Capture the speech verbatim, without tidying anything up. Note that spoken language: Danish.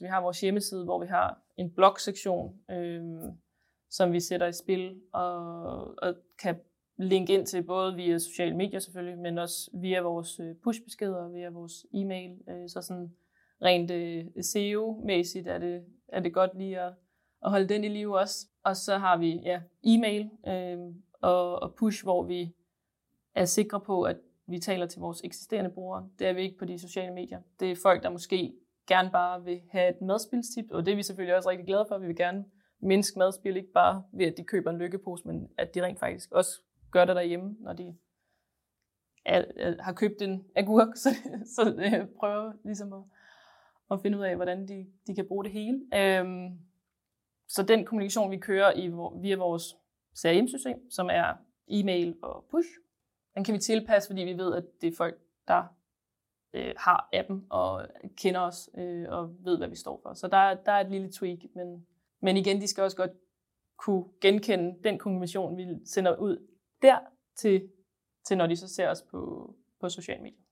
Vi har vores hjemmeside, hvor vi har en blog-sektion, øh, som vi sætter i spil og, og kan linke ind til både via sociale medier selvfølgelig, men også via vores pushbeskeder, via vores e-mail. Så sådan rent S E O-mæssigt er det, er det godt lige at, at holde den i live også. Og så har vi ja, e-mail øh, og, og push, hvor vi er sikre på, at vi taler til vores eksisterende brugere. Det er vi ikke på de sociale medier. Det er folk, der måske gerne bare vil have et madspilstip, og det er vi selvfølgelig også rigtig glade for. Vi vil gerne mindske madspil, ikke bare ved, at de køber en lykkepose, men at de rent faktisk også gør det derhjemme, når de er, er, har købt en agurk, så, så øh, prøver ligesom at, at finde ud af, hvordan de, de kan bruge det hele. Øhm, så den kommunikation, vi kører i, via vores C R M-system, som er e-mail og push, den kan vi tilpasse, fordi vi ved, at det er folk, der øh, har appen og kender os øh, og ved, hvad vi står for. Så der, der er et lille tweak, men, men igen, de skal også godt kunne genkende den kommunikation, vi sender ud der, til, til når de så ser os på, på sociale medier.